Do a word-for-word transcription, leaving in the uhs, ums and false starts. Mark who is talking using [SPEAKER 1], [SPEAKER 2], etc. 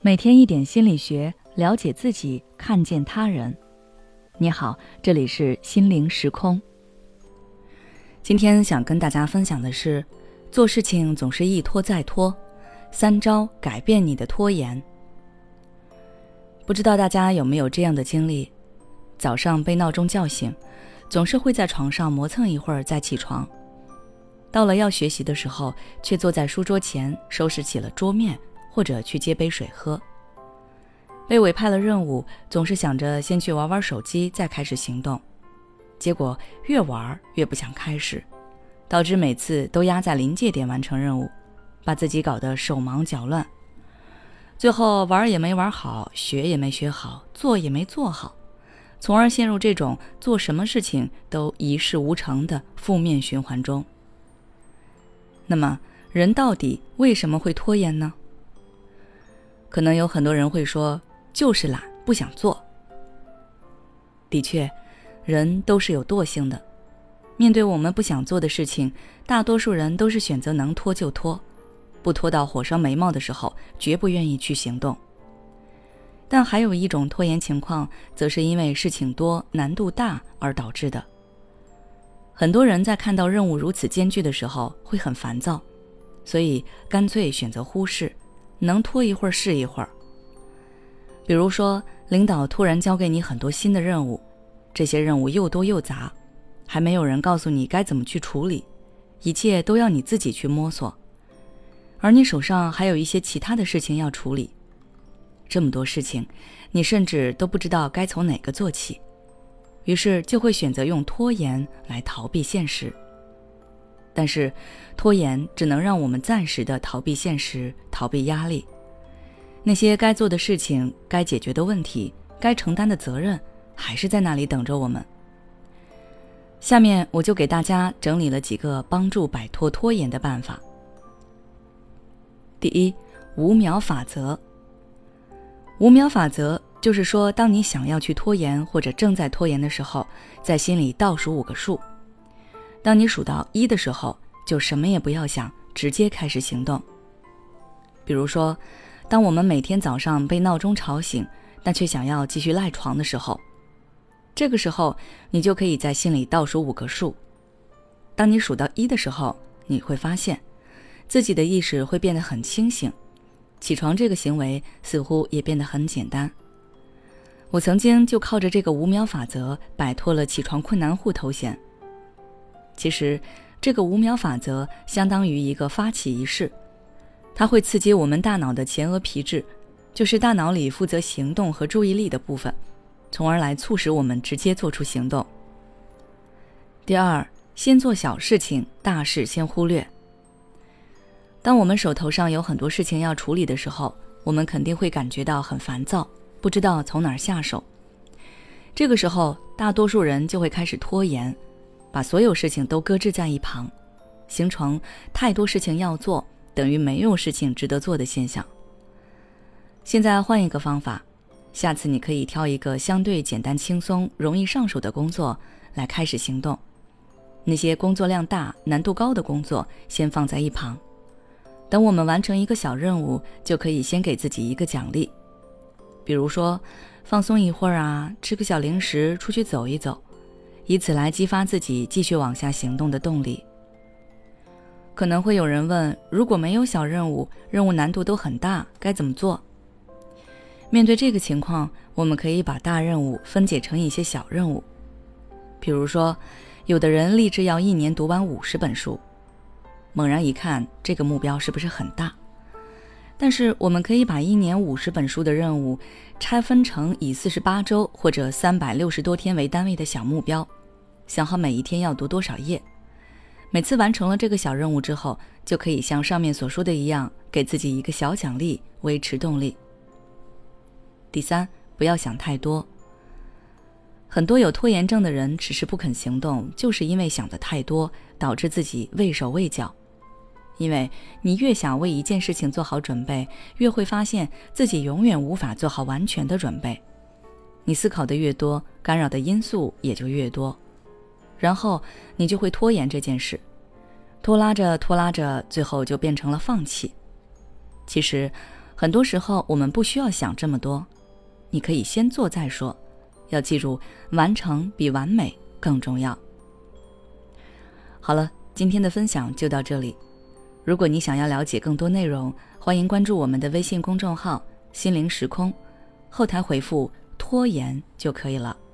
[SPEAKER 1] 每天一点心理学，了解自己，看见他人。你好，这里是心灵时空。今天想跟大家分享的是，做事情总是一拖再拖，三招改变你的拖延。不知道大家有没有这样的经历，早上被闹钟叫醒，总是会在床上磨蹭一会儿再起床，到了要学习的时候，却坐在书桌前收拾起了桌面，或者去接杯水喝。被委派了任务，总是想着先去玩玩手机再开始行动，结果越玩越不想开始，导致每次都压在临界点完成任务，把自己搞得手忙脚乱，最后玩也没玩好，学也没学好，做也没做好，从而陷入这种做什么事情都一事无成的负面循环中。那么人到底为什么会拖延呢？可能有很多人会说，就是懒，不想做。的确，人都是有惰性的，面对我们不想做的事情，大多数人都是选择能拖就拖，不拖到火烧眉毛的时候，绝不愿意去行动。但还有一种拖延情况，则是因为事情多、难度大而导致的。很多人在看到任务如此艰巨的时候，会很烦躁，所以干脆选择忽视，能拖一会儿是一会儿。比如说，领导突然交给你很多新的任务，这些任务又多又杂，还没有人告诉你该怎么去处理，一切都要你自己去摸索，而你手上还有一些其他的事情要处理。这么多事情，你甚至都不知道该从哪个做起，于是就会选择用拖延来逃避现实。但是，拖延只能让我们暂时的逃避现实，逃避压力。那些该做的事情，该解决的问题，该承担的责任，还是在那里等着我们。下面我就给大家整理了几个帮助摆脱拖延的办法。第一，五秒法则。五秒法则就是说，当你想要去拖延或者正在拖延的时候，在心里倒数五个数。当你数到一的时候，就什么也不要想，直接开始行动。比如说，当我们每天早上被闹钟吵醒，但却想要继续赖床的时候，这个时候你就可以在心里倒数五个数。当你数到一的时候，你会发现自己的意识会变得很清醒，起床这个行为似乎也变得很简单。我曾经就靠着这个五秒法则摆脱了起床困难户头衔。其实这个五秒法则相当于一个发起仪式，它会刺激我们大脑的前额皮质，就是大脑里负责行动和注意力的部分，从而来促使我们直接做出行动。第二，先做小事情，大事先忽略。当我们手头上有很多事情要处理的时候，我们肯定会感觉到很烦躁，不知道从哪儿下手。这个时候，大多数人就会开始拖延，把所有事情都搁置在一旁，形成太多事情要做，等于没有事情值得做的现象。现在换一个方法，下次你可以挑一个相对简单轻松、容易上手的工作来开始行动。那些工作量大、难度高的工作先放在一旁。等我们完成一个小任务，就可以先给自己一个奖励。比如说，放松一会儿啊，吃个小零食，出去走一走，以此来激发自己继续往下行动的动力。可能会有人问，如果没有小任务，任务难度都很大，该怎么做？面对这个情况，我们可以把大任务分解成一些小任务。比如说，有的人立志要一年读完五十本书，猛然一看，这个目标是不是很大？但是我们可以把一年五十本书的任务拆分成以四十八周或者三百六十多天为单位的小目标，想好每一天要读多少页。每次完成了这个小任务之后，就可以像上面所说的一样，给自己一个小奖励，维持动力。第三，不要想太多。很多有拖延症的人迟迟不肯行动，就是因为想得太多，导致自己畏手畏脚。因为你越想为一件事情做好准备，越会发现自己永远无法做好完全的准备。你思考的越多，干扰的因素也就越多，然后你就会拖延这件事，拖拉着拖拉着，最后就变成了放弃。其实很多时候我们不需要想这么多，你可以先做再说，要记住，完成比完美更重要。好了，今天的分享就到这里。如果你想要了解更多内容，欢迎关注我们的微信公众号心灵时空，后台回复拖延就可以了。